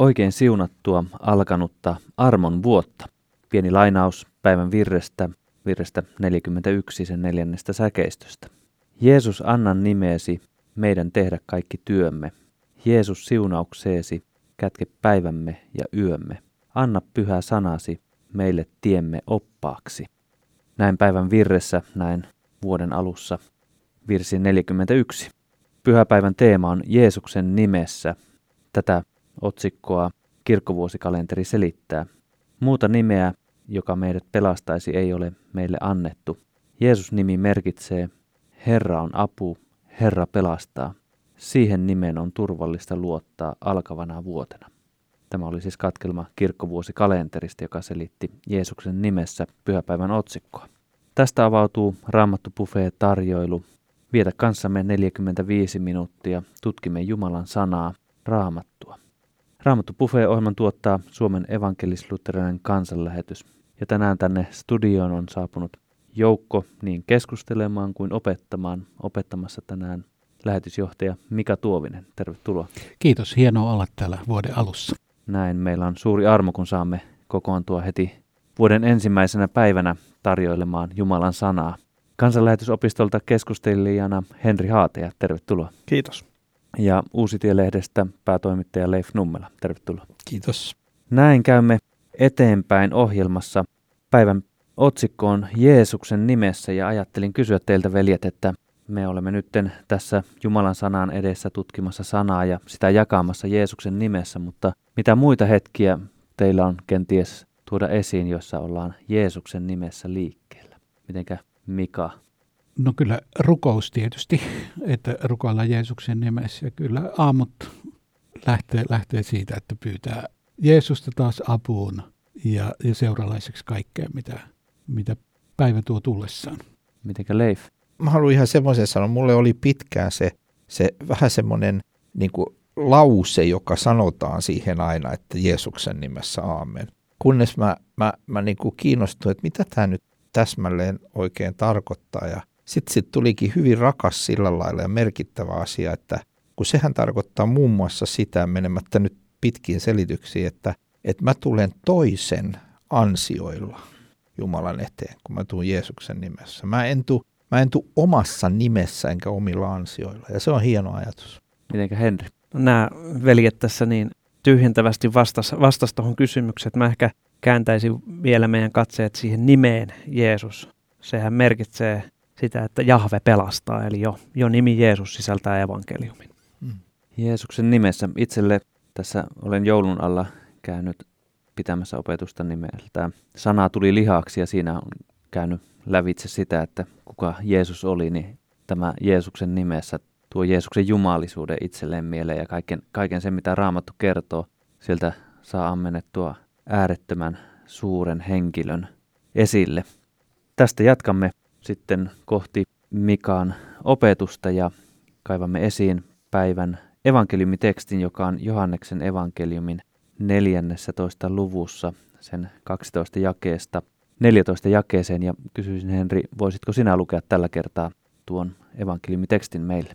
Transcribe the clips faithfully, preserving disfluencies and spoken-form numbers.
oikein siunattua alkanutta armon vuotta. Pieni lainaus päivän virrestä, virrestä neljäkymmentäyksi, sen neljännestä säkeistöstä. Jeesus, annan nimeesi meidän tehdä kaikki työmme. Jeesus, siunaukseesi kätke päivämme ja yömme. Anna pyhä sanasi meille tiemme oppaaksi. Näin päivän virressä, näin vuoden alussa, virsi neljäkymmentäyksi. Pyhäpäivän teema on Jeesuksen nimessä. Tätä otsikkoa kirkkovuosikalenteri selittää. Muuta nimeä, joka meidät pelastaisi, ei ole meille annettu. Jeesus-nimi merkitsee Herra on apu, Herra pelastaa. Siihen nimeen on turvallista luottaa alkavana vuotena. Tämä oli siis katkelma kirkkovuosikalenterista, joka selitti Jeesuksen nimessä pyhäpäivän otsikkoa. Tästä avautuu Raamattu Buffet-tarjoilu. Vietä kanssamme neljäkymmentäviisi minuuttia, tutkimme Jumalan sanaa, Raamattua. Raamattu Buffet-ohjelman tuottaa Suomen evankelis-luterilainen kansanlähetys. Ja tänään tänne studioon on saapunut joukko niin keskustelemaan kuin opettamaan. Opettamassa tänään lähetysjohtaja Mika Tuovinen. Tervetuloa. Kiitos, hienoa olla täällä vuoden alussa. Näin, meillä on suuri armo, kun saamme kokoontua heti vuoden ensimmäisenä päivänä tarjoilemaan Jumalan sanaa. Kansanlähetysopistolta keskustelijana Henri Haateja, tervetuloa. Kiitos. Ja Uusitie-lehdestä päätoimittaja Leif Nummela, tervetuloa. Kiitos. Näin käymme eteenpäin ohjelmassa. Päivän otsikko on Jeesuksen nimessä ja ajattelin kysyä teiltä, veljet, että me olemme nyt tässä Jumalan sanan edessä tutkimassa sanaa ja sitä jakamassa Jeesuksen nimessä, mutta mitä muita hetkiä teillä on kenties tuoda esiin, jossa ollaan Jeesuksen nimessä liikkeellä? Mitenkä Mika? No kyllä rukous tietysti, että rukoillaan Jeesuksen nimessä ja kyllä aamut lähtee, lähtee siitä, että pyytää Jeesusta taas apuun ja, ja seuralaiseksi kaikkea, mitä, mitä päivä tuo tullessaan. Mitenkä Leif? Mä haluan ihan semmoisen sanoa, mulle oli pitkään se, se vähän semmoinen niin kuin lause, joka sanotaan siihen aina, että Jeesuksen nimessä aamen. Kunnes mä, mä, mä niin kuin kiinnostuin, että mitä tämä nyt täsmälleen oikein tarkoittaa. Ja sitten sit tulikin hyvin rakas sillä lailla ja merkittävä asia, että kun sehän tarkoittaa muun muassa sitä, menemättä nyt pitkiin selityksiin, että, että mä tulen toisen ansioilla Jumalan eteen, kun mä tuun Jeesuksen nimessä. Mä en tuu Mä en tuu omassa nimessä enkä omilla ansioilla, ja se on hieno ajatus. Mitenkä Henri? Nämä veljet tässä niin tyhjentävästi vastas, vastas tuohon kysymykseen, että mä ehkä kääntäisin vielä meidän katseet siihen nimeen Jeesus. Sehän merkitsee sitä, että Jahve pelastaa, eli jo, jo nimi Jeesus sisältää evankeliumin. Hmm. Jeesuksen nimessä itselle tässä olen joulun alla käynyt pitämässä opetusta nimeltä. Sana tuli lihaksi ja siinä on käynyt lävitse sitä, että kuka Jeesus oli, niin tämä Jeesuksen nimessä tuo Jeesuksen jumalisuuden itselleen mieleen ja kaiken, kaiken sen, mitä Raamattu kertoo, sieltä saa ammennettua äärettömän suuren henkilön esille. Tästä jatkamme sitten kohti Mikan opetusta ja kaivamme esiin päivän evankeliumitekstin, joka on Johanneksen evankeliumin neljännessä luvussa, sen kaksitoista jakeesta neljätoista jakeeseen, ja kysyisin Henri, voisitko sinä lukea tällä kertaa tuon evankeliumitekstin meille?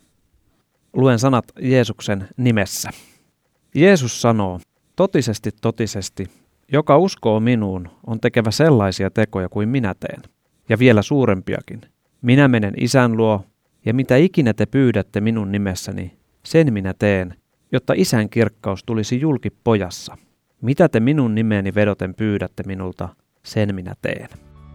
Luen sanat Jeesuksen nimessä. Jeesus sanoo, totisesti, totisesti, joka uskoo minuun, on tekevä sellaisia tekoja kuin minä teen, ja vielä suurempiakin. Minä menen Isän luo, ja mitä ikinä te pyydätte minun nimessäni, sen minä teen, jotta Isän kirkkaus tulisi julki pojassa. Mitä te minun nimeeni vedoten pyydätte minulta, sen minä teen.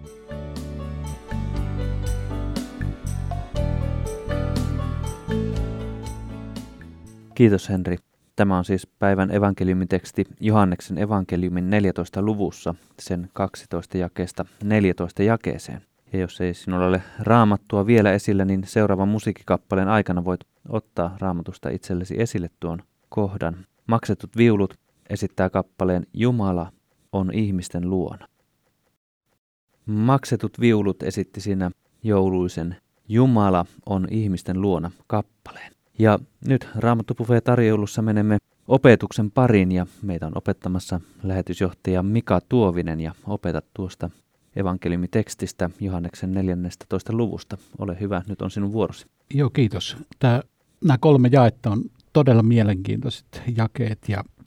Kiitos Henri. Tämä on siis päivän evankeliumiteksti Johanneksen evankeliumin neljätoista luvussa, sen kaksitoista jakeesta neljätoista jakeeseen. Ja jos ei sinulla ole Raamattua vielä esillä, niin seuraavan musiikkikappaleen aikana voit ottaa Raamatusta itsellesi esille tuon kohdan. Maksetut viulut esittää kappaleen Jumala on ihmisten luona. Maksetut viulut esitti siinä jouluisen Jumala on ihmisten luona kappaleen. Ja nyt Raamattu Buffet-tarjoulussa menemme opetuksen pariin ja meitä on opettamassa lähetysjohtaja Mika Tuovinen ja opetat tuosta evankeliumitekstistä Johanneksen neljännestätoista luvusta. Ole hyvä, nyt on sinun vuorosi. Joo, kiitos. Tämä, nämä kolme jaetta on todella mielenkiintoiset jakeet ja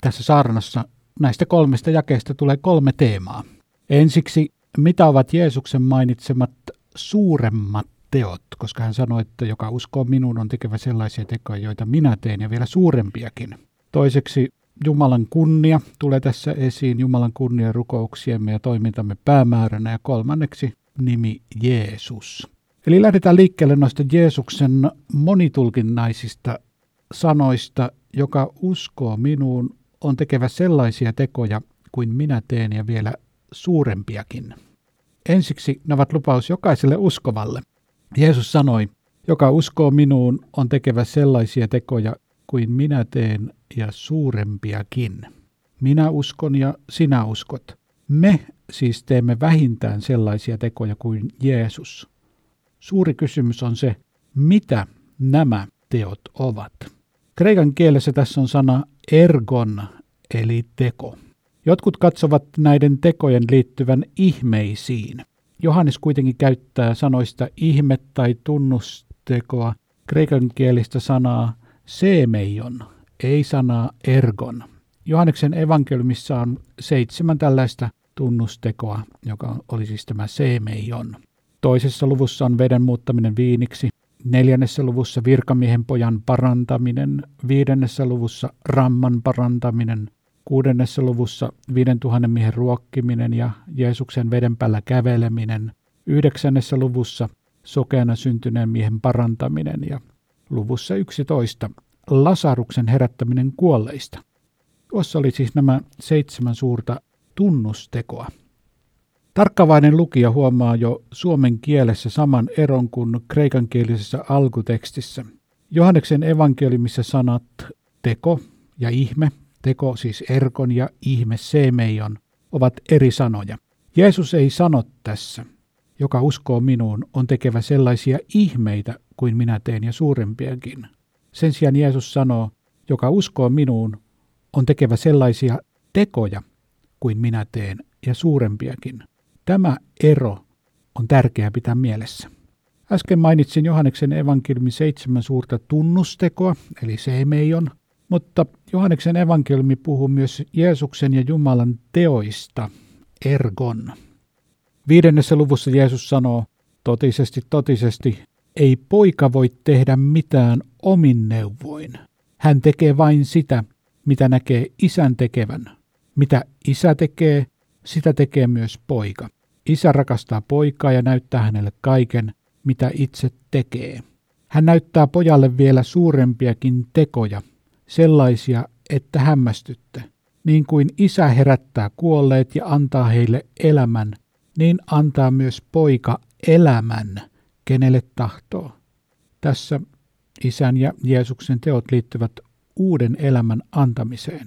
tässä saarnassa näistä kolmesta jakeesta tulee kolme teemaa. Ensiksi, mitä ovat Jeesuksen mainitsemat suuremmat teot, koska hän sanoi, että joka uskoo minuun on tekevä sellaisia tekoja, joita minä teen ja vielä suurempiakin. Toiseksi, Jumalan kunnia tulee tässä esiin, Jumalan kunnia rukouksiemme ja toimintamme päämääränä, ja kolmanneksi nimi Jeesus. Eli lähdetään liikkeelle noista Jeesuksen monitulkinnaisista sanoista, joka uskoo minuun on tekevä sellaisia tekoja kuin minä teen ja vielä suurempiakin. Ensiksi ne ovat lupaus jokaiselle uskovalle. Jeesus sanoi, joka uskoo minuun on tekevä sellaisia tekoja kuin minä teen ja suurempiakin. Minä uskon ja sinä uskot. Me siis teemme vähintään sellaisia tekoja kuin Jeesus. Suuri kysymys on se, mitä nämä teot ovat. Kreikan kielessä tässä on sana ergon, eli teko. Jotkut katsovat näiden tekojen liittyvän ihmeisiin. Johannes kuitenkin käyttää sanoista ihme tai tunnustekoa kreikan kielistä sanaa semeion, ei sanaa ergon. Johanneksen evankeliumissa on seitsemän tällaista tunnustekoa, joka oli siis tämä semeion. Toisessa luvussa on veden muuttaminen viiniksi, neljännessä luvussa virkamiehen pojan parantaminen, viidennessä luvussa ramman parantaminen, kuudennessa luvussa viiden tuhannen miehen ruokkiminen ja Jeesuksen veden päällä käveleminen, yhdeksännessä luvussa sokeana syntyneen miehen parantaminen ja luvussa yksitoista Lasaruksen herättäminen kuolleista. Tuossa oli siis nämä seitsemän suurta tunnustekoa. Tarkkavainen lukija huomaa jo suomen kielessä saman eron kuin kreikankielisessä alkutekstissä. Johanneksen evankeliumissa sanat teko ja ihme, teko siis erkon ja ihme semeion, ovat eri sanoja. Jeesus ei sano tässä, joka uskoo minuun on tekevä sellaisia ihmeitä kuin minä teen ja suurempiakin. Sen sijaan Jeesus sanoo, joka uskoo minuun on tekevä sellaisia tekoja kuin minä teen ja suurempiakin. Tämä ero on tärkeää pitää mielessä. Äsken mainitsin Johanneksen evankeliumin seitsemän suurta tunnustekoa, eli semeion, mutta Johanneksen evankeliumi puhuu myös Jeesuksen ja Jumalan teoista, ergon. Viidennessä luvussa Jeesus sanoo, totisesti, totisesti, ei poika voi tehdä mitään omin neuvoin. Hän tekee vain sitä, mitä näkee isän tekevän. Mitä isä tekee, sitä tekee myös poika. Isä rakastaa poikaa ja näyttää hänelle kaiken, mitä itse tekee. Hän näyttää pojalle vielä suurempiakin tekoja, sellaisia, että hämmästytte. Niin kuin isä herättää kuolleet ja antaa heille elämän, niin antaa myös poika elämän, kenelle tahtoo. Tässä isän ja Jeesuksen teot liittyvät uuden elämän antamiseen.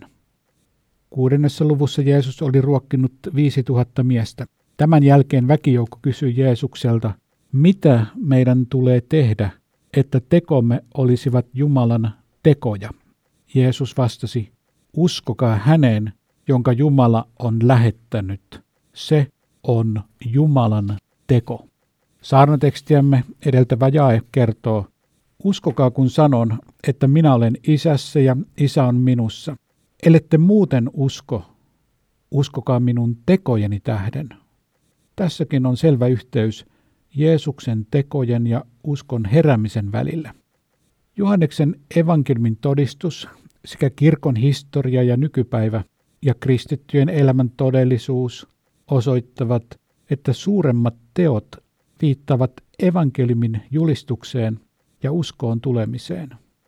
Kuudennessa luvussa Jeesus oli ruokkinut viisituhatta miestä. Tämän jälkeen väkijoukko kysyi Jeesukselta, mitä meidän tulee tehdä, että tekomme olisivat Jumalan tekoja. Jeesus vastasi, uskokaa häneen, jonka Jumala on lähettänyt. Se on Jumalan teko. Saarnatekstiämme edeltävä jae kertoo, uskokaa kun sanon, että minä olen isässä ja isä on minussa. Ellette muuten usko, uskokaa minun tekojeni tähden. Tässäkin on selvä yhteys Jeesuksen tekojen ja uskon heräämisen välillä. Johanneksen evankeliumin todistus sekä kirkon historia ja nykypäivä ja kristittyjen elämän todellisuus osoittavat, että suuremmat teot viittaavat evankeliumin julistukseen ja uskoon tulemiseen.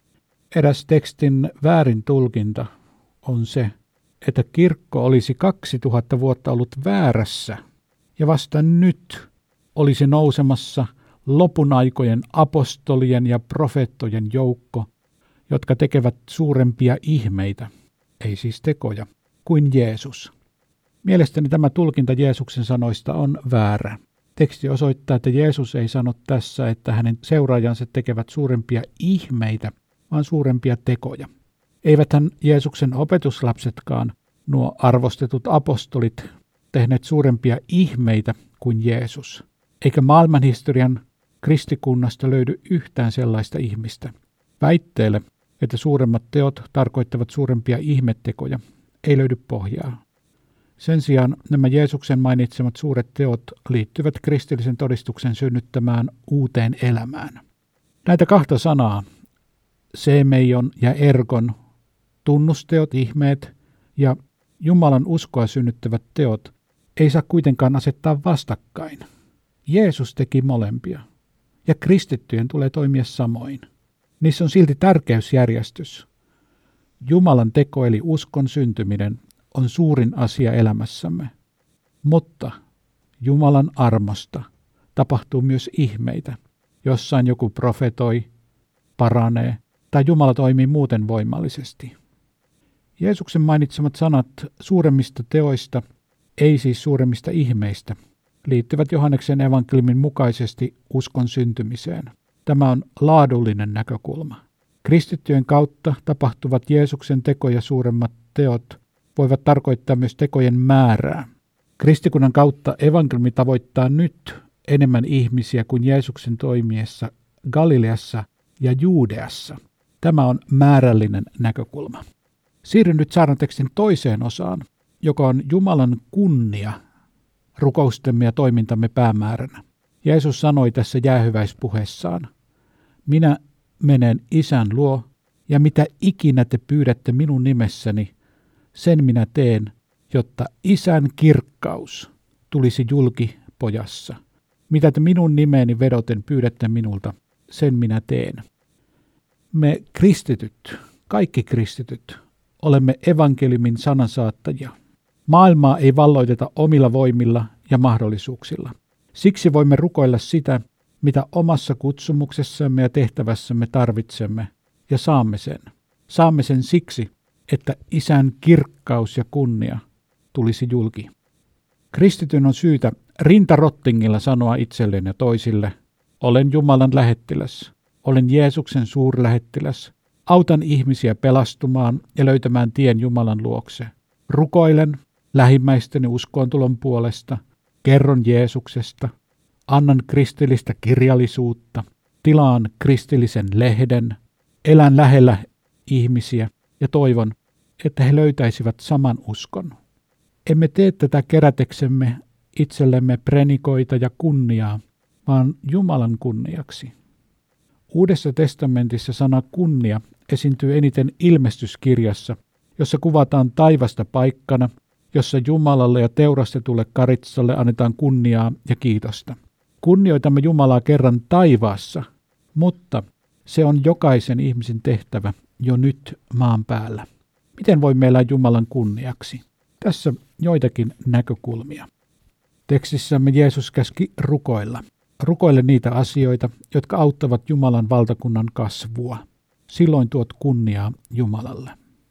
Eräs tekstin väärin tulkinta on se, että kirkko olisi kaksituhatta vuotta ollut väärässä ja vasta nyt olisi nousemassa lopun aikojen apostolien ja profeettojen joukko, jotka tekevät suurempia ihmeitä, ei siis tekoja, kuin Jeesus. Mielestäni tämä tulkinta Jeesuksen sanoista on väärä. Teksti osoittaa, että Jeesus ei sano tässä, että hänen seuraajansa tekevät suurempia ihmeitä, vaan suurempia tekoja. Eiväthän Jeesuksen opetuslapsetkaan, nuo arvostetut apostolit, tehneet suurempia ihmeitä kuin Jeesus. Eikä maailmanhistorian kristikunnasta löydy yhtään sellaista ihmistä. Väitteelle, että suuremmat teot tarkoittavat suurempia ihmettekoja, ei löydy pohjaa. Sen sijaan nämä Jeesuksen mainitsemat suuret teot liittyvät kristillisen todistuksen synnyttämään uuteen elämään. Näitä kahta sanaa, semeion ja ergon, tunnusteot, ihmeet ja Jumalan uskoa synnyttävät teot, ei saa kuitenkaan asettaa vastakkain. Jeesus teki molempia, ja kristittyjen tulee toimia samoin. Niissä on silti tärkeysjärjestys. Jumalan teko eli uskon syntyminen on suurin asia elämässämme, mutta Jumalan armosta tapahtuu myös ihmeitä. Jossain joku profetoi, paranee tai Jumala toimii muuten voimallisesti. Jeesuksen mainitsemat sanat suuremmista teoista, ei siis suuremmista ihmeistä, liittyvät Johanneksen evankeliumin mukaisesti uskon syntymiseen. Tämä on laadullinen näkökulma. Kristittyjen kautta tapahtuvat Jeesuksen tekoja suuremmat teot voivat tarkoittaa myös tekojen määrää. Kristikunnan kautta evankeliumi tavoittaa nyt enemmän ihmisiä kuin Jeesuksen toimiessa Galileassa ja Juudeassa. Tämä on määrällinen näkökulma. Siirryn nyt saarnatekstin toiseen osaan, joka on Jumalan kunnia rukoustemme ja toimintamme päämääränä. Jeesus sanoi tässä jäähyväispuheessaan, minä menen Isän luo, ja mitä ikinä te pyydätte minun nimessäni, sen minä teen, jotta Isän kirkkaus tulisi julki pojassa. Mitä te minun nimeeni vedoten pyydätte minulta, sen minä teen. Me kristityt, kaikki kristityt, olemme evankeliumin sanansaattajia. Maailmaa ei valloiteta omilla voimilla ja mahdollisuuksilla. Siksi voimme rukoilla sitä, mitä omassa kutsumuksessamme ja tehtävässämme tarvitsemme, ja saamme sen. Saamme sen siksi, että Isän kirkkaus ja kunnia tulisi julki. Kristityn on syytä rintarottingilla sanoa itselleen ja toisille, olen Jumalan lähettiläs, olen Jeesuksen suurlähettiläs, autan ihmisiä pelastumaan ja löytämään tien Jumalan luokse. Rukoilen lähimmäisteni uskoontulon puolesta, kerron Jeesuksesta, annan kristillistä kirjallisuutta, tilaan kristillisen lehden, elän lähellä ihmisiä ja toivon, että he löytäisivät saman uskon. Emme tee tätä keräteksemme itsellemme prenikoita ja kunniaa, vaan Jumalan kunniaksi. Uudessa testamentissa sana kunnia esiintyy eniten ilmestyskirjassa, jossa kuvataan taivasta paikkana, jossa Jumalalle ja teurastetulle karitsalle annetaan kunniaa ja kiitosta. Kunnioitamme Jumalaa kerran taivaassa, mutta se on jokaisen ihmisen tehtävä jo nyt maan päällä. Miten voimme elää Jumalan kunniaksi? Tässä joitakin näkökulmia. Tekstissämme Jeesus käski rukoilla. Rukoile niitä asioita, jotka auttavat Jumalan valtakunnan kasvua. Silloin tuot kunniaa Jumalalle.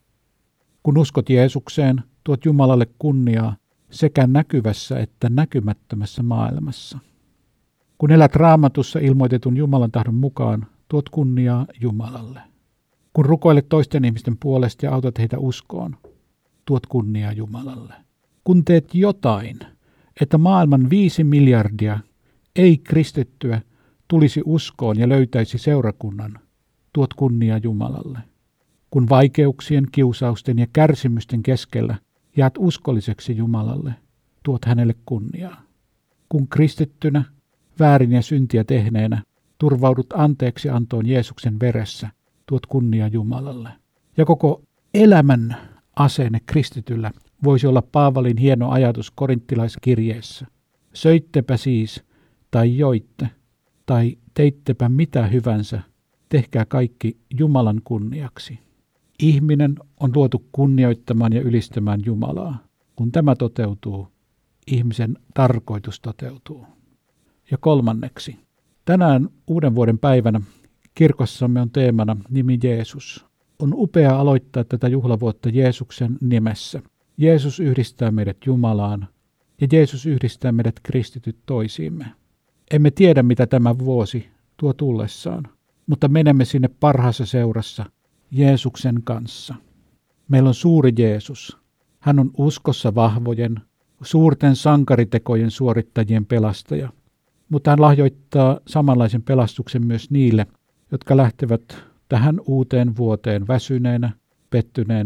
Kun uskot Jeesukseen, tuot Jumalalle kunniaa sekä näkyvässä että näkymättömässä maailmassa. Kun elät Raamatussa ilmoitetun Jumalan tahdon mukaan, tuot kunniaa Jumalalle. Kun rukoilet toisten ihmisten puolesta ja autat heitä uskoon, tuot kunniaa Jumalalle. Kun teet jotain, että maailman viisi miljardia ei-kristittyä tulisi uskoon ja löytäisi seurakunnan, tuot kunniaa Jumalalle. Kun vaikeuksien, kiusausten ja kärsimysten keskellä jäät uskolliseksi Jumalalle, tuot hänelle kunniaa. Kun kristittynä, väärin ja syntiä tehneenä, turvaudut anteeksi antoon Jeesuksen veressä, tuot kunnia Jumalalle. Ja koko elämän asenne kristityllä voisi olla Paavalin hieno ajatus korinttilaiskirjeessä. Söittepä siis, tai joitte, tai teittepä mitä hyvänsä, tehkää kaikki Jumalan kunniaksi. Ihminen on luotu kunnioittamaan ja ylistämään Jumalaa. Kun tämä toteutuu, ihmisen tarkoitus toteutuu. Ja kolmanneksi, tänään uuden vuoden päivänä kirkossamme on teemana nimi Jeesus. On upea aloittaa tätä juhlavuotta Jeesuksen nimessä. Jeesus yhdistää meidät Jumalaan ja Jeesus yhdistää meidät kristityt toisiimme. Emme tiedä, mitä tämä vuosi tuo tullessaan, mutta menemme sinne parhaassa seurassa Jeesuksen kanssa. Meillä on suuri Jeesus. Hän on uskossa vahvojen, suurten sankaritekojen suorittajien pelastaja, mutta hän lahjoittaa samanlaisen pelastuksen myös niille, jotka lähtevät tähän uuteen vuoteen väsyneenä, pettyneenä,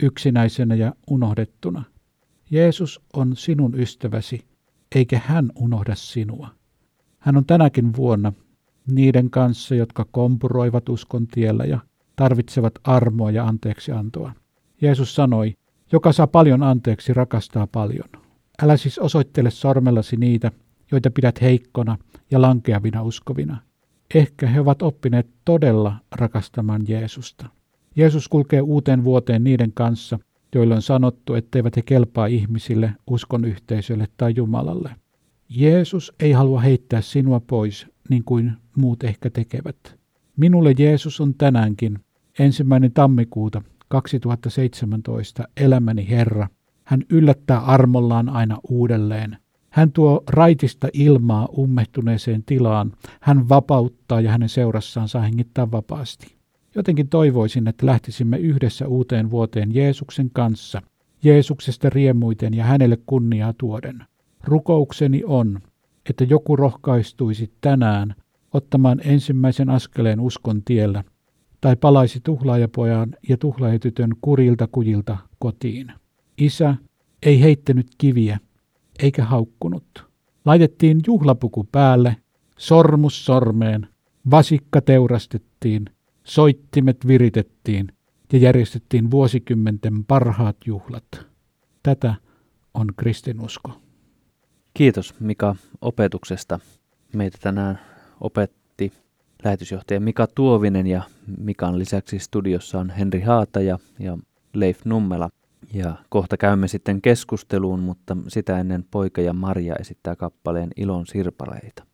yksinäisenä ja unohdettuna. Jeesus on sinun ystäväsi, eikä hän unohda sinua. Hän on tänäkin vuonna niiden kanssa, jotka kompuroivat uskon tiellä ja tarvitsevat armoa ja anteeksiantoa. Jeesus sanoi, joka saa paljon anteeksi, rakastaa paljon. Älä siis osoittele sormellasi niitä, joita pidät heikkona ja lankeavina uskovina. Ehkä he ovat oppineet todella rakastamaan Jeesusta. Jeesus kulkee uuteen vuoteen niiden kanssa, joille on sanottu, etteivät he kelpaa ihmisille, uskon yhteisölle tai Jumalalle. Jeesus ei halua heittää sinua pois, niin kuin muut ehkä tekevät. Minulle Jeesus on tänäänkin, ensimmäinen tammikuuta kaksituhattaseitsemäntoista, elämäni Herra. Hän yllättää armollaan aina uudelleen. Hän tuo raitista ilmaa ummehtuneeseen tilaan. Hän vapauttaa ja hänen seurassaan saa hengittää vapaasti. Jotenkin toivoisin, että lähtisimme yhdessä uuteen vuoteen Jeesuksen kanssa, Jeesuksesta riemuiten ja hänelle kunniaa tuoden. Rukoukseni on, että joku rohkaistuisi tänään ottamaan ensimmäisen askeleen uskon tiellä tai palaisi tuhlaajapojan ja tuhlaajatytön kurilta kujilta kotiin. Isä ei heittänyt kiviä eikä haukkunut. Laitettiin juhlapuku päälle, sormus sormeen, vasikka teurastettiin, soittimet viritettiin ja järjestettiin vuosikymmenten parhaat juhlat. Tätä on kristinusko. Kiitos Mika opetuksesta. Meitä tänään opetti lähetysjohtaja Mika Tuovinen ja Mikan lisäksi studiossa on Henri Haataja ja Leif Nummela. Ja kohta käymme sitten keskusteluun, mutta sitä ennen poika ja Marja esittää kappaleen Ilon sirpaleita.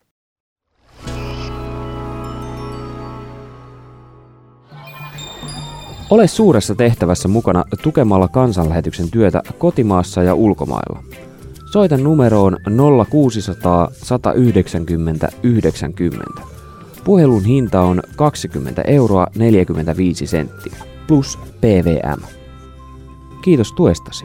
Ole suuressa tehtävässä mukana tukemalla kansanlähetyksen työtä kotimaassa ja ulkomailla. Soita numeroon nolla kuusisataa, sata yhdeksänkymmentä, yhdeksänkymmentä. Puhelun hinta on kaksikymmentä euroa neljäkymmentäviisi senttiä plus P V M. Kiitos tuestasi.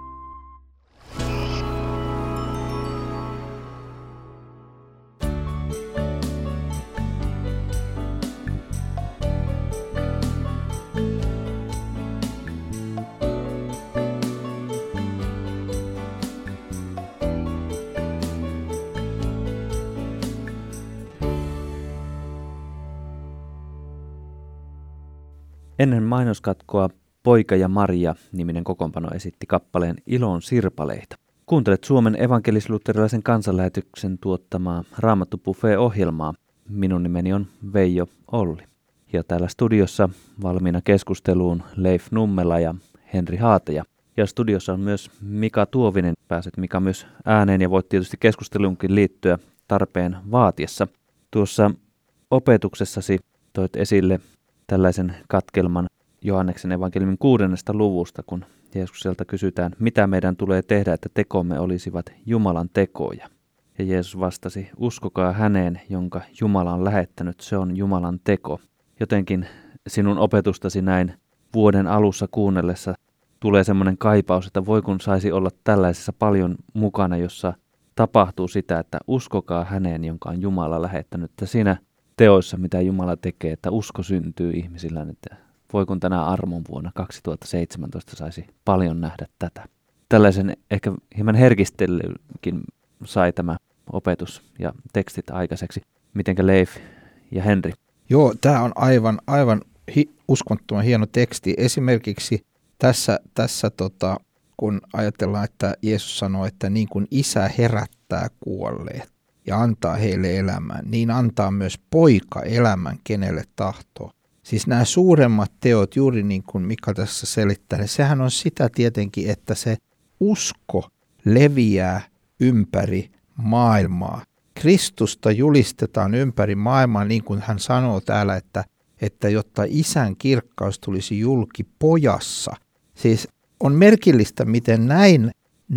Ennen mainoskatkoa Poika ja Marja -niminen kokoonpano esitti kappaleen Ilon sirpaleita. Kuuntelet Suomen evankelis-luterilaisen kansanlähetyksen tuottamaa Raamattu Buffet-ohjelmaa. Minun nimeni on Veijo Olli. Ja täällä studiossa valmiina keskusteluun Leif Nummela ja Henri Haataja. Ja studiossa on myös Mika Tuovinen. Pääset Mika myös ääneen ja voit tietysti keskusteluunkin liittyä tarpeen vaatiessa. Tuossa opetuksessasi toit esille tällaisen katkelman Johanneksen evankeliumin kuudennesta luvusta, kun Jeesukselta kysytään, mitä meidän tulee tehdä, että tekomme olisivat Jumalan tekoja. Ja Jeesus vastasi, uskokaa häneen, jonka Jumala on lähettänyt, se on Jumalan teko. Jotenkin sinun opetustasi näin vuoden alussa kuunnellessa tulee semmoinen kaipaus, että voi kun saisi olla tällaisessa paljon mukana, jossa tapahtuu sitä, että uskokaa häneen, jonka on Jumala lähettänyt. Että siinä teoissa, mitä Jumala tekee, että usko syntyy ihmisillä, että voi kun tänä armon vuonna kaksituhattaseitsemäntoista saisi paljon nähdä tätä. Tällaisen ehkä hieman herkistelykin sai tämä opetus ja tekstit aikaiseksi. Mitenkä Leif ja Henri? Joo, tämä on aivan, aivan hi- uskomattoman hieno teksti. Esimerkiksi tässä, tässä tota, kun ajatellaan, että Jeesus sanoo, että niin kuin isä herättää kuolleet ja antaa heille elämän, niin antaa myös poika elämän, kenelle tahtoo. Siis nämä suuremmat teot, juuri niin kuin Mika tässä selittää, niin sehän on sitä tietenkin, että se usko leviää ympäri maailmaa. Kristusta julistetaan ympäri maailmaa, niin kuin hän sanoo täällä, että, että jotta isän kirkkaus tulisi julki pojassa. Siis on merkillistä, miten näin,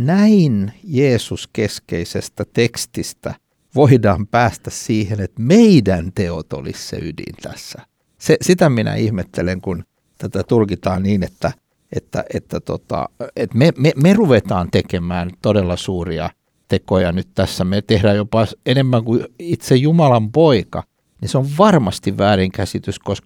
näin Jeesus-keskeisestä tekstistä voidaan päästä siihen, että meidän teot olisi se ydin tässä. Se, sitä minä ihmettelen, kun tätä tulkitaan niin, että, että, että, tota, että me, me, me ruvetaan tekemään todella suuria tekoja nyt tässä. Me tehdään jopa enemmän kuin itse Jumalan poika. Niin se on varmasti väärinkäsitys, koska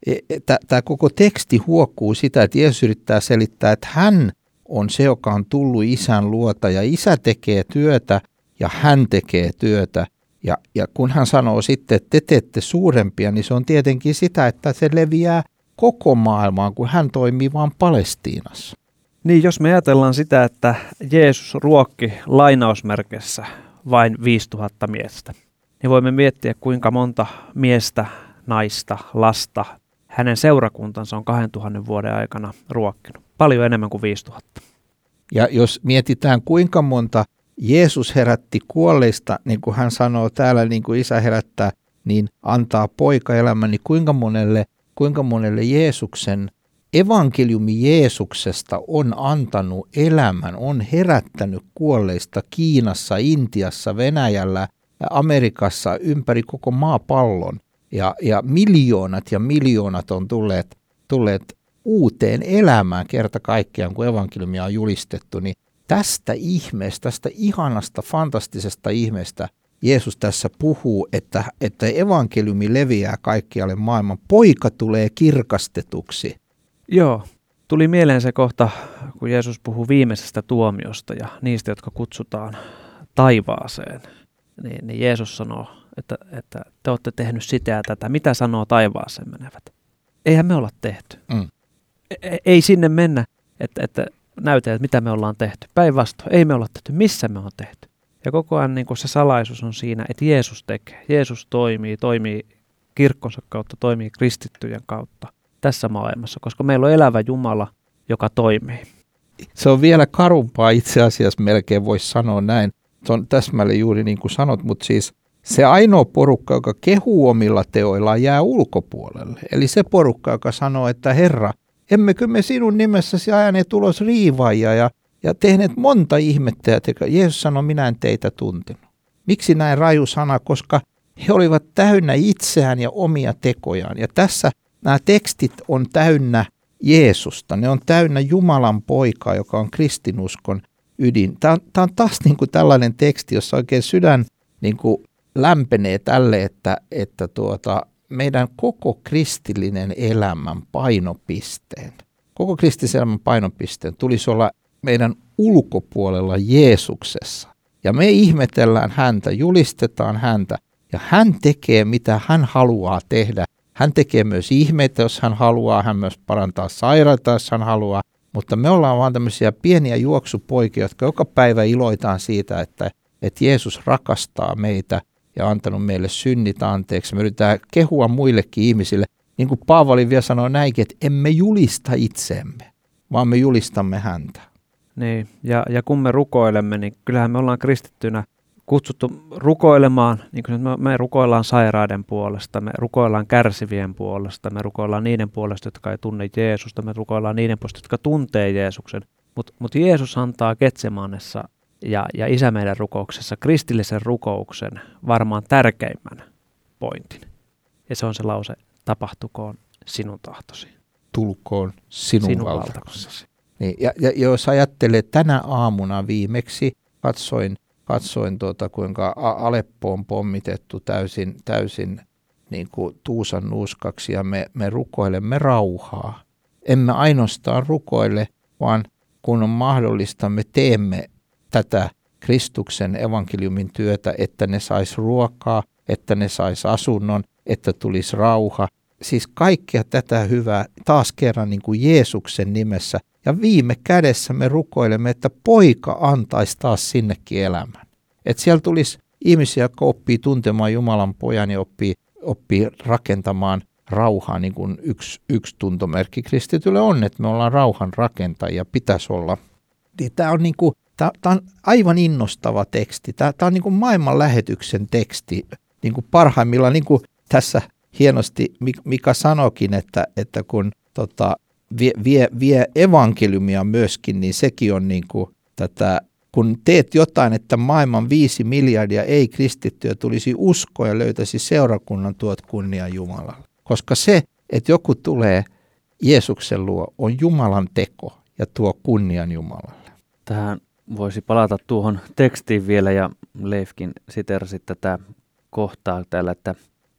tämä koko teksti huokkuu sitä, että Jeesus yrittää selittää, että hän on se, joka on tullut isän luota ja isä tekee työtä ja hän tekee työtä. Ja, ja kun hän sanoo sitten, että te teette suurempia, niin se on tietenkin sitä, että se leviää koko maailmaan, kun hän toimii vain Palestiinassa. Niin, jos me ajatellaan sitä, että Jeesus ruokki lainausmerkeissä vain viisituhatta miestä, niin voimme miettiä, kuinka monta miestä, naista, lasta hänen seurakuntansa on kahdentuhannen vuoden aikana ruokkinut. Paljon enemmän kuin viisituhatta. Ja jos mietitään, kuinka monta Jeesus herätti kuolleista, niin kuin hän sanoo täällä, niin kuin isä herättää, niin antaa poika elämän, niin kuinka monelle, kuinka monelle Jeesuksen evankeliumi Jeesuksesta on antanut elämän, on herättänyt kuolleista Kiinassa, Intiassa, Venäjällä, Amerikassa, ympäri koko maapallon. Ja, ja miljoonat ja miljoonat on tulleet, tulleet uuteen elämään kerta kaikkiaan, kun evankeliumia on julistettu, niin tästä ihmeestä, tästä ihanasta, fantastisesta ihmeestä Jeesus tässä puhuu, että, että evankeliumi leviää kaikkialle maailman. Poika tulee kirkastetuksi. Joo, tuli mieleen se kohta, kun Jeesus puhuu viimeisestä tuomiosta ja niistä, jotka kutsutaan taivaaseen. Niin, niin Jeesus sanoo, että, että te olette tehnyt sitä ja tätä. Mitä sanoo taivaaseen menevät? Eihän me olla tehty. Mm. E- ei sinne mennä, että, että näytetään, että mitä me ollaan tehty. Päinvastoin, ei me olla tehty. Missä me on tehty? Ja koko ajan niin se salaisuus on siinä, että Jeesus tekee. Jeesus toimii, toimii kirkkonsa kautta, toimii kristittyjen kautta tässä maailmassa, koska meillä on elävä Jumala, joka toimii. Se on vielä karumpaa itse asiassa, melkein voisi sanoa näin. Se on täsmälleen juuri niin kuin sanot, mutta siis se ainoa porukka, joka kehuu omilla teoillaan, jää ulkopuolelle. Eli se porukka, joka sanoo, että Herra, emmekö me sinun nimessäsi ajaneet ulos riivaajia ja, ja tehneet monta ihmettä. Ja Jeesus sanoi, minä en teitä tuntenut. Miksi näin raju sana? Koska he olivat täynnä itseään ja omia tekojaan. Ja tässä nämä tekstit on täynnä Jeesusta. Ne on täynnä Jumalan poikaa, joka on kristinuskon ydin. Tämä on, tämä on taas niin kuin tällainen teksti, jossa oikein sydän niin kuin lämpenee tälle, että, että tuota, meidän koko kristillinen elämän painopisteen, koko kristillisen elämän painopisteen tulisi olla meidän ulkopuolella Jeesuksessa. Ja me ihmetellään häntä, julistetaan häntä ja hän tekee mitä hän haluaa tehdä. Hän tekee myös ihmeitä, jos hän haluaa, hän myös parantaa sairaita, jos hän haluaa. Mutta me ollaan vaan tämmöisiä pieniä juoksupoikia, jotka joka päivä iloitaan siitä, että, että Jeesus rakastaa meitä ja antanut meille synnit anteeksi. Me yritetään kehua muillekin ihmisille. Niin kuin Paavali vielä sanoo näinkin, että emme julista itseemme, vaan me julistamme häntä. Niin, ja, ja kun me rukoilemme, niin kyllähän me ollaan kristittynä kutsuttu rukoilemaan, niin kuin me, me rukoillaan sairaiden puolesta, me rukoillaan kärsivien puolesta, me rukoillaan niiden puolesta, jotka ei tunne Jeesusta, me rukoillaan niiden puolesta, jotka tuntee Jeesuksen. Mutta mut Jeesus antaa Getsemanessa ja, ja Isä meidän rukouksessa kristillisen rukouksen varmaan tärkeimmän pointin. Ja se on se lause, tapahtukoon sinun tahtosi. Tulkoon sinun, sinun valtakunnasi. Niin, ja, ja jos ajattelee tänä aamuna viimeksi, katsoin, katsoin tuota, kuinka Aleppo on pommitettu täysin, täysin niin kuin tuusan nuuskaksi ja me, me rukoilemme rauhaa. Emme ainoastaan rukoile, vaan kun on mahdollista, me teemme tätä Kristuksen evankeliumin työtä, että ne sais ruokaa, että ne sais asunnon, että tulisi rauha. Siis kaikkea tätä hyvää taas kerran niin kuin Jeesuksen nimessä. Ja viime kädessä me rukoilemme, että poika antaisi taas sinnekin elämän. Että siellä tulisi ihmisiä, jotka oppii tuntemaan Jumalan pojan ja oppii, oppii rakentamaan rauhaa, niin kuin yksi, yksi tuntomerkki kristitylle on, että me ollaan rauhan rakentajia, pitäisi olla. Tämä on, niin kuin, tämä, tämä on aivan innostava teksti. Tämä, tämä on niin kuin maailman lähetyksen teksti, niin kuin parhaimmillaan, niin kuin tässä hienosti Mika sanoikin, että, että kun tota, vie, vie, vie evankeliumia myöskin, niin sekin on niin kuin tätä, kun teet jotain, että maailman viisi miljardia ei-kristittyjä tulisi uskoa ja löytäisi seurakunnan, tuot kunnia Jumalalle. Koska se, että joku tulee Jeesuksen luo, on Jumalan teko ja tuo kunnian Jumalalle. Tähän voisi palata tuohon tekstiin vielä, ja Leifkin siterasi tätä kohtaa täällä, että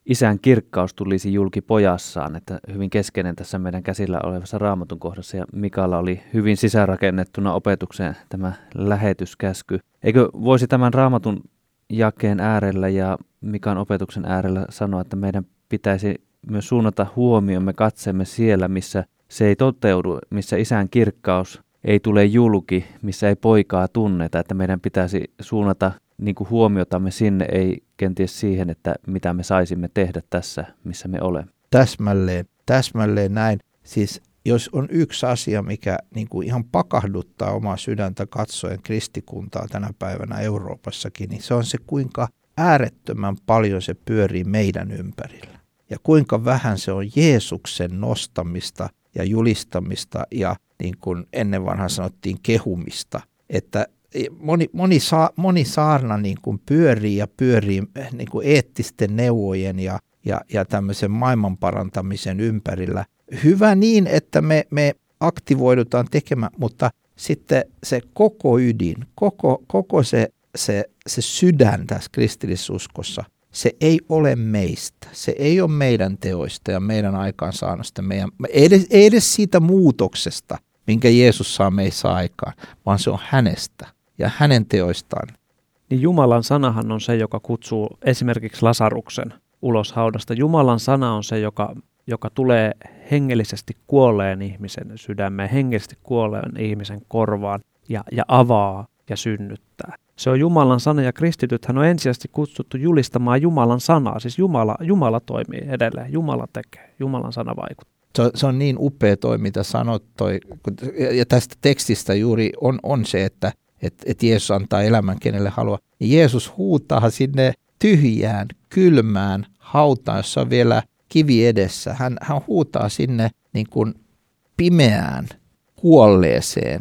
isän kirkkaus tulisi julki pojassaan, että hyvin keskeinen tässä meidän käsillä olevassa Raamatun kohdassa, ja Mikalla oli hyvin sisäänrakennettuna opetukseen tämä lähetyskäsky. Eikö voisi tämän Raamatun jakeen äärellä ja Mikan opetuksen äärellä sanoa, että meidän pitäisi myös suunnata huomiomme, katseemme siellä, missä se ei toteudu, missä isän kirkkaus ei tule julki, missä ei poikaa tunneta, että meidän pitäisi suunnata niin kuin huomiotamme sinne, ei kenties siihen, että mitä me saisimme tehdä tässä, missä me olemme. Täsmälleen, täsmälleen näin. Siis jos on yksi asia, mikä niin kuin ihan pakahduttaa omaa sydäntä katsoen kristikuntaa tänä päivänä Euroopassakin, niin se on se, kuinka äärettömän paljon se pyörii meidän ympärillä. Ja kuinka vähän se on Jeesuksen nostamista ja julistamista ja niin kuin ennen vanhaan sanottiin kehumista. Että moni, moni, sa, moni saarna niin kuin pyörii ja pyörii niin kuin eettisten neuvojen ja, ja, ja tämmöisen maailmanparantamisen ympärillä. Hyvä niin, että me, me aktivoidutaan tekemään, mutta sitten se koko ydin, koko, koko se, se, se sydän tässä kristillisuskossa, se ei ole meistä. Se ei ole meidän teoista ja meidän aikaansaannosta, meidän, ei, edes, ei edes siitä muutoksesta, minkä Jeesus saa meissä aikaan, vaan se on hänestä ja hänen teoistaan. Niin Jumalan sanahan on se, joka kutsuu esimerkiksi Lasaruksen ulos haudasta. Jumalan sana on se, joka, joka tulee hengellisesti kuolleen ihmisen sydämeen, hengellisesti kuolleen ihmisen korvaan ja, ja avaa ja synnyttää. Se on Jumalan sana, ja kristitythän on ensisijaisesti kutsuttu julistamaan Jumalan sanaa. Siis Jumala, Jumala toimii edelleen, Jumala tekee, Jumalan sana vaikuttaa. Se on, se on niin upea toi, mitä sanot toi. Ja tästä tekstistä juuri on, on se, että et, et Jeesus antaa elämän kenelle haluaa. Jeesus huutaa sinne tyhjään, kylmään hautaan, jossa on vielä kivi edessä. Hän, hän huutaa sinne niin kuin pimeään, kuolleeseen,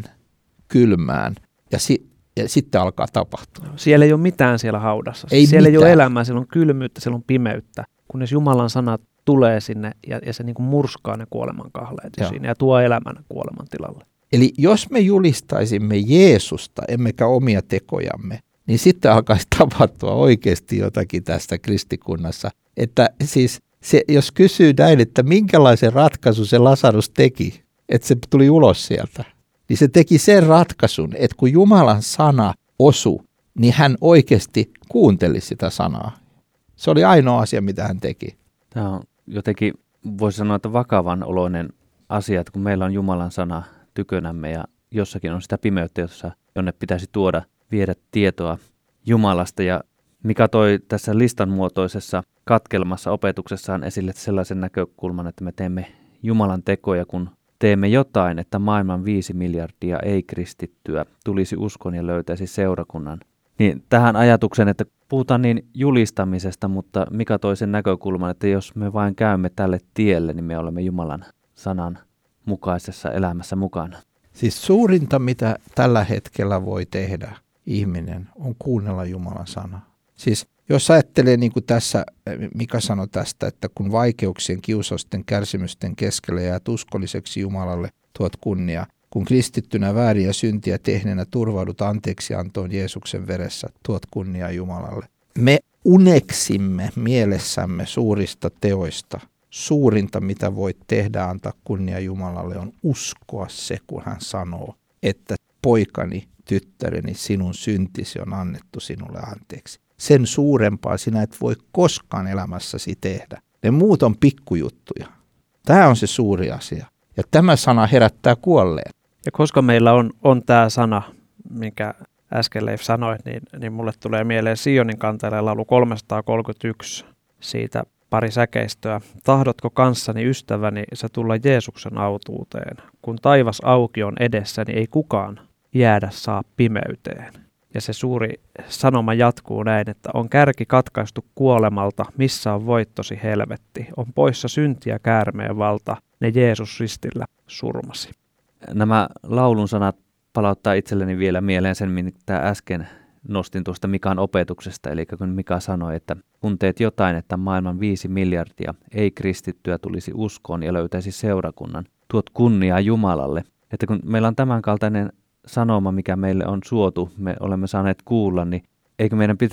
kylmään ja si, Ja sitten alkaa tapahtua. Siellä ei ole mitään siellä haudassa. Ei siellä mitään. ei ole elämää, siellä on kylmyyttä, siellä on pimeyttä. Kunnes Jumalan sanat tulee sinne ja, ja se niin kuin murskaa ne kuoleman kahleet siinä ja tuo elämän kuoleman tilalle. Eli jos me julistaisimme Jeesusta, emmekä omia tekojamme, niin sitten alkaisi tapahtua oikeasti jotakin tästä kristikunnassa. Että siis se, jos kysyy näin, että minkälaisen ratkaisun se Lasarus teki, että se tuli ulos sieltä, niin se teki sen ratkaisun, että kun Jumalan sana osui, niin hän oikeasti kuunteli sitä sanaa. Se oli ainoa asia, mitä hän teki. Tämä on jotenkin, voisi sanoa, että vakavan oloinen asia, että kun meillä on Jumalan sana tykönämme ja jossakin on sitä pimeyttä, jossa, jonne pitäisi tuoda, viedä tietoa Jumalasta. Ja Mika toi tässä listan muotoisessa katkelmassa opetuksessaan esille sellaisen näkökulman, että me teemme Jumalan tekoja, kun teemme jotain, että maailman viisi miljardia ei-kristittyä tulisi uskon ja löytäisi seurakunnan. Niin tähän ajatuksen, että puhutaan niin julistamisesta, mutta Mika toi sen näkökulman, että jos me vain käymme tälle tielle, niin me olemme Jumalan sanan mukaisessa elämässä mukana. Siis suurinta, mitä tällä hetkellä voi tehdä ihminen, on kuunnella Jumalan sanaa. Siis jos ajattelee niin kuin tässä, Mika sanoi tästä, että kun vaikeuksien, kiusausten, kärsimysten keskellä jäät uskolliseksi Jumalalle, tuot kunnia. Kun kristittynä vääriä syntiä tehneenä turvaudut anteeksiantoon Jeesuksen veressä, tuot kunnia Jumalalle. Me uneksimme mielessämme suurista teoista. Suurinta, mitä voit tehdä antaa kunnia Jumalalle, on uskoa se, kun hän sanoo, että poikani, tyttäreni, sinun syntisi on annettu sinulle anteeksi. Sen suurempaa sinä et voi koskaan elämässäsi tehdä. Ne muut on pikkujuttuja. Tämä on se suuri asia. Ja tämä sana herättää kuolleen. Ja koska meillä on, on tämä sana, minkä äsken Leif sanoi, niin, niin mulle tulee mieleen Sionin kanteelle laulu kolmesataakolmekymmentäyksi, siitä pari säkeistöä. Tahdotko kanssani ystäväni sä tulla Jeesuksen autuuteen? Kun taivas auki on edessäni, ei kukaan jäädä saa pimeyteen. Ja se suuri sanoma jatkuu näin, että on kärki katkaistu kuolemalta, missä on voittosi helvetti. On poissa syntiä käärmeen valta, ne Jeesus ristillä surmasi. Nämä laulun sanat palauttaa itselleni vielä mieleen sen, mitä äsken nostin tuosta Mikan opetuksesta. Eli kun Mika sanoi, että kun teet jotain, että maailman viisi miljardia ei-kristittyä tulisi uskoon ja löytäisi seurakunnan, tuot kunniaa Jumalalle. Että kun meillä on tämänkaltainen sanoma, mikä meille on suotu, me olemme saaneet kuulla, niin eikö meidän pitäisi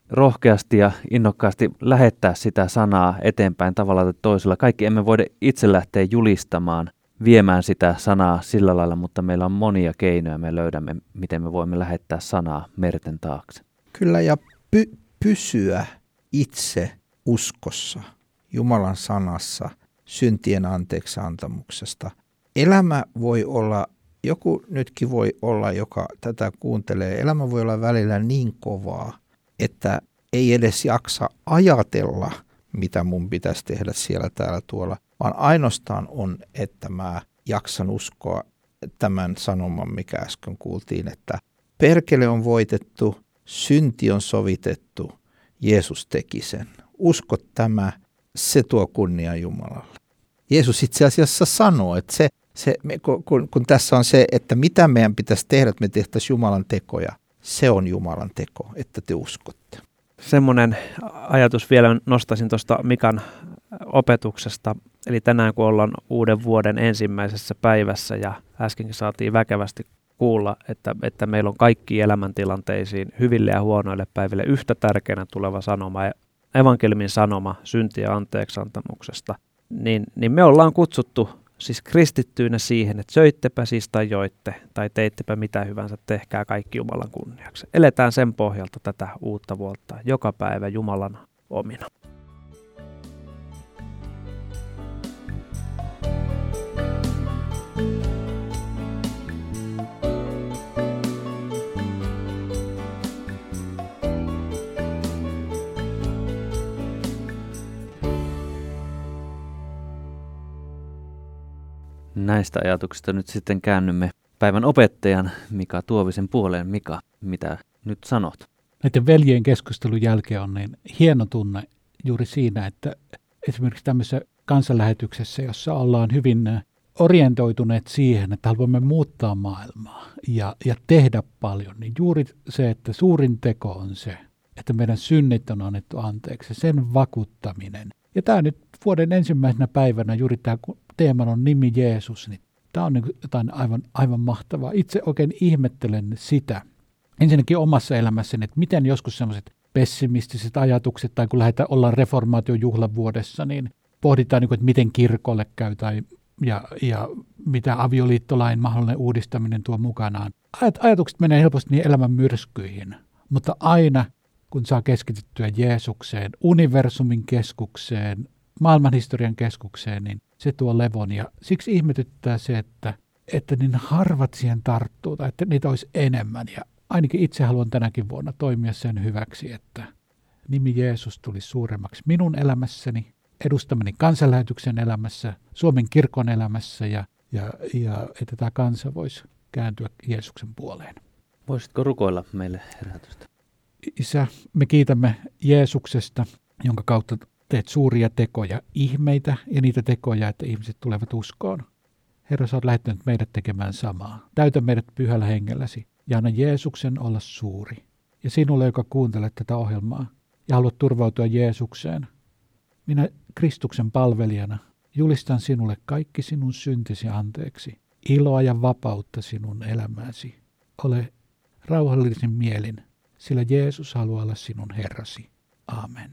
rohkeasti ja innokkaasti lähettää sitä sanaa eteenpäin tavalla tai toisella. Kaikki emme voida itse lähteä julistamaan, viemään sitä sanaa sillä lailla, mutta meillä on monia keinoja, me löydämme, miten me voimme lähettää sanaa merten taakse. Kyllä, ja py- pysyä itse uskossa, Jumalan sanassa, syntien anteeksiantamuksesta. Elämä voi olla, joku nytkin voi olla, joka tätä kuuntelee, elämä voi olla välillä niin kovaa, että ei edes jaksa ajatella, mitä mun pitäisi tehdä siellä täällä tuolla, vaan ainoastaan on, että mä jaksan uskoa tämän sanoman, mikä äsken kuultiin, että perkele on voitettu, synti on sovitettu, Jeesus teki sen. Usko tämä, se tuo kunnia Jumalalle. Jeesus itse asiassa sanoo, että se, se, kun, kun tässä on se, että mitä meidän pitäisi tehdä, että me tehtäisiin Jumalan tekoja, se on Jumalan teko, että te uskotte. Semmoinen ajatus vielä nostaisin tuosta Mikan opetuksesta. Eli tänään kun ollaan uuden vuoden ensimmäisessä päivässä ja äskenkin saatiin väkevästi kuulla, että, että meillä on kaikki elämäntilanteisiin, hyville ja huonoille päiville yhtä tärkeänä tuleva sanoma, evankeliumin sanoma syntien anteeksiantamuksesta, niin, niin me ollaan kutsuttu siis kristittyinä siihen, että söittepä siis tai joitte tai teittepä mitä hyvänsä, tehkää kaikki Jumalan kunniaksi. Eletään sen pohjalta tätä uutta vuotta joka päivä Jumalan omina. Näistä ajatuksista nyt sitten käännymme päivän opettajan Mika Tuovisen puoleen. Mika, mitä nyt sanot? Näiden veljien keskustelun jälkeen on niin hieno tunne juuri siinä, että esimerkiksi tämmöisessä kansanlähetyksessä, jossa ollaan hyvin orientoituneet siihen, että haluamme muuttaa maailmaa ja, ja tehdä paljon, niin juuri se, että suurin teko on se, että meidän synnit on annettu anteeksi, sen vakuuttaminen. Ja tämä nyt vuoden ensimmäisenä päivänä, juuri tämä teeman on nimi Jeesus, niin tämä on niin jotain aivan, aivan mahtavaa. Itse oikein ihmettelen sitä, ensinnäkin omassa elämässäni, että miten joskus sellaiset pessimistiset ajatukset, tai kun lähdetään ollaan reformaation juhlavuodessa, niin pohditaan, niin kuin, että miten kirkolle käy, tai, ja, ja mitä avioliittolain mahdollinen uudistaminen tuo mukanaan. Ajatukset menee helposti niin elämän myrskyihin, mutta aina kun saa keskityttyä Jeesukseen, universumin keskukseen, maailmanhistorian keskukseen, niin se tuo levon. Ja siksi ihmetyttää se, että, että niin harvat siihen tarttuu, tai että niitä olisi enemmän. Ja ainakin itse haluan tänäkin vuonna toimia sen hyväksi, että nimi Jeesus tuli suuremmaksi minun elämässäni, edustamani kansanlähetyksen elämässä, Suomen kirkon elämässä, ja, ja, ja että tämä kansa voisi kääntyä Jeesuksen puoleen. Voisitko rukoilla meille herätystä? Isä, me kiitämme Jeesuksesta, jonka kautta teet suuria tekoja, ihmeitä ja niitä tekoja, että ihmiset tulevat uskoon. Herra, sä oot lähettänyt meidät tekemään samaa. Täytä meidät pyhällä hengelläsi ja anna Jeesuksen olla suuri. Ja sinulle, joka kuuntelet tätä ohjelmaa ja haluat turvautua Jeesukseen, minä Kristuksen palvelijana julistan sinulle kaikki sinun syntisi anteeksi, iloa ja vapautta sinun elämääsi. Ole rauhallisin mielin, sillä Jeesus haluaa olla sinun Herrasi. Amen.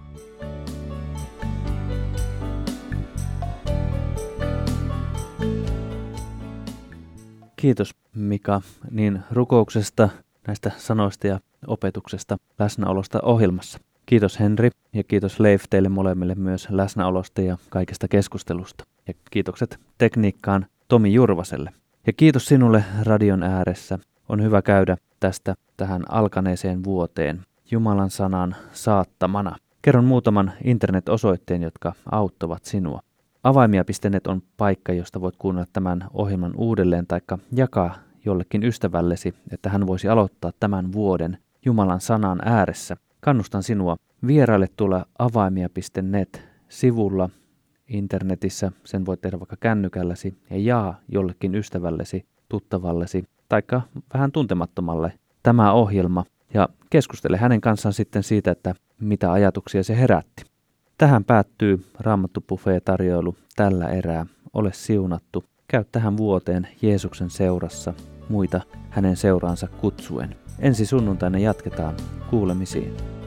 Kiitos Mika niin rukouksesta, näistä sanoista ja opetuksesta, läsnäolosta ohjelmassa. Kiitos Henri ja kiitos Leif teille molemmille myös läsnäolosta ja kaikesta keskustelusta. Ja kiitokset tekniikkaan Tomi Jurvaselle. Ja kiitos sinulle radion ääressä. On hyvä käydä tästä tähän alkaneeseen vuoteen Jumalan sanan saattamana. Kerron muutaman internet-osoitteen, jotka auttavat sinua. Avaimia piste net on paikka, josta voit kuunnella tämän ohjelman uudelleen tai jakaa jollekin ystävällesi, että hän voisi aloittaa tämän vuoden Jumalan sanan ääressä. Kannustan sinua vieraille tulla avaimia piste net sivulla internetissä, sen voit tehdä vaikka kännykälläsi ja jaa jollekin ystävällesi, tuttavallesi tai vähän tuntemattomalle tämä ohjelma ja keskustele hänen kanssaan sitten siitä, että mitä ajatuksia se herätti. Tähän päättyy Raamattu Buffet-tarjoilu tällä erää. Ole siunattu. Käy tähän vuoteen Jeesuksen seurassa, muita hänen seuraansa kutsuen. Ensi sunnuntaina jatketaan kuulemisiin.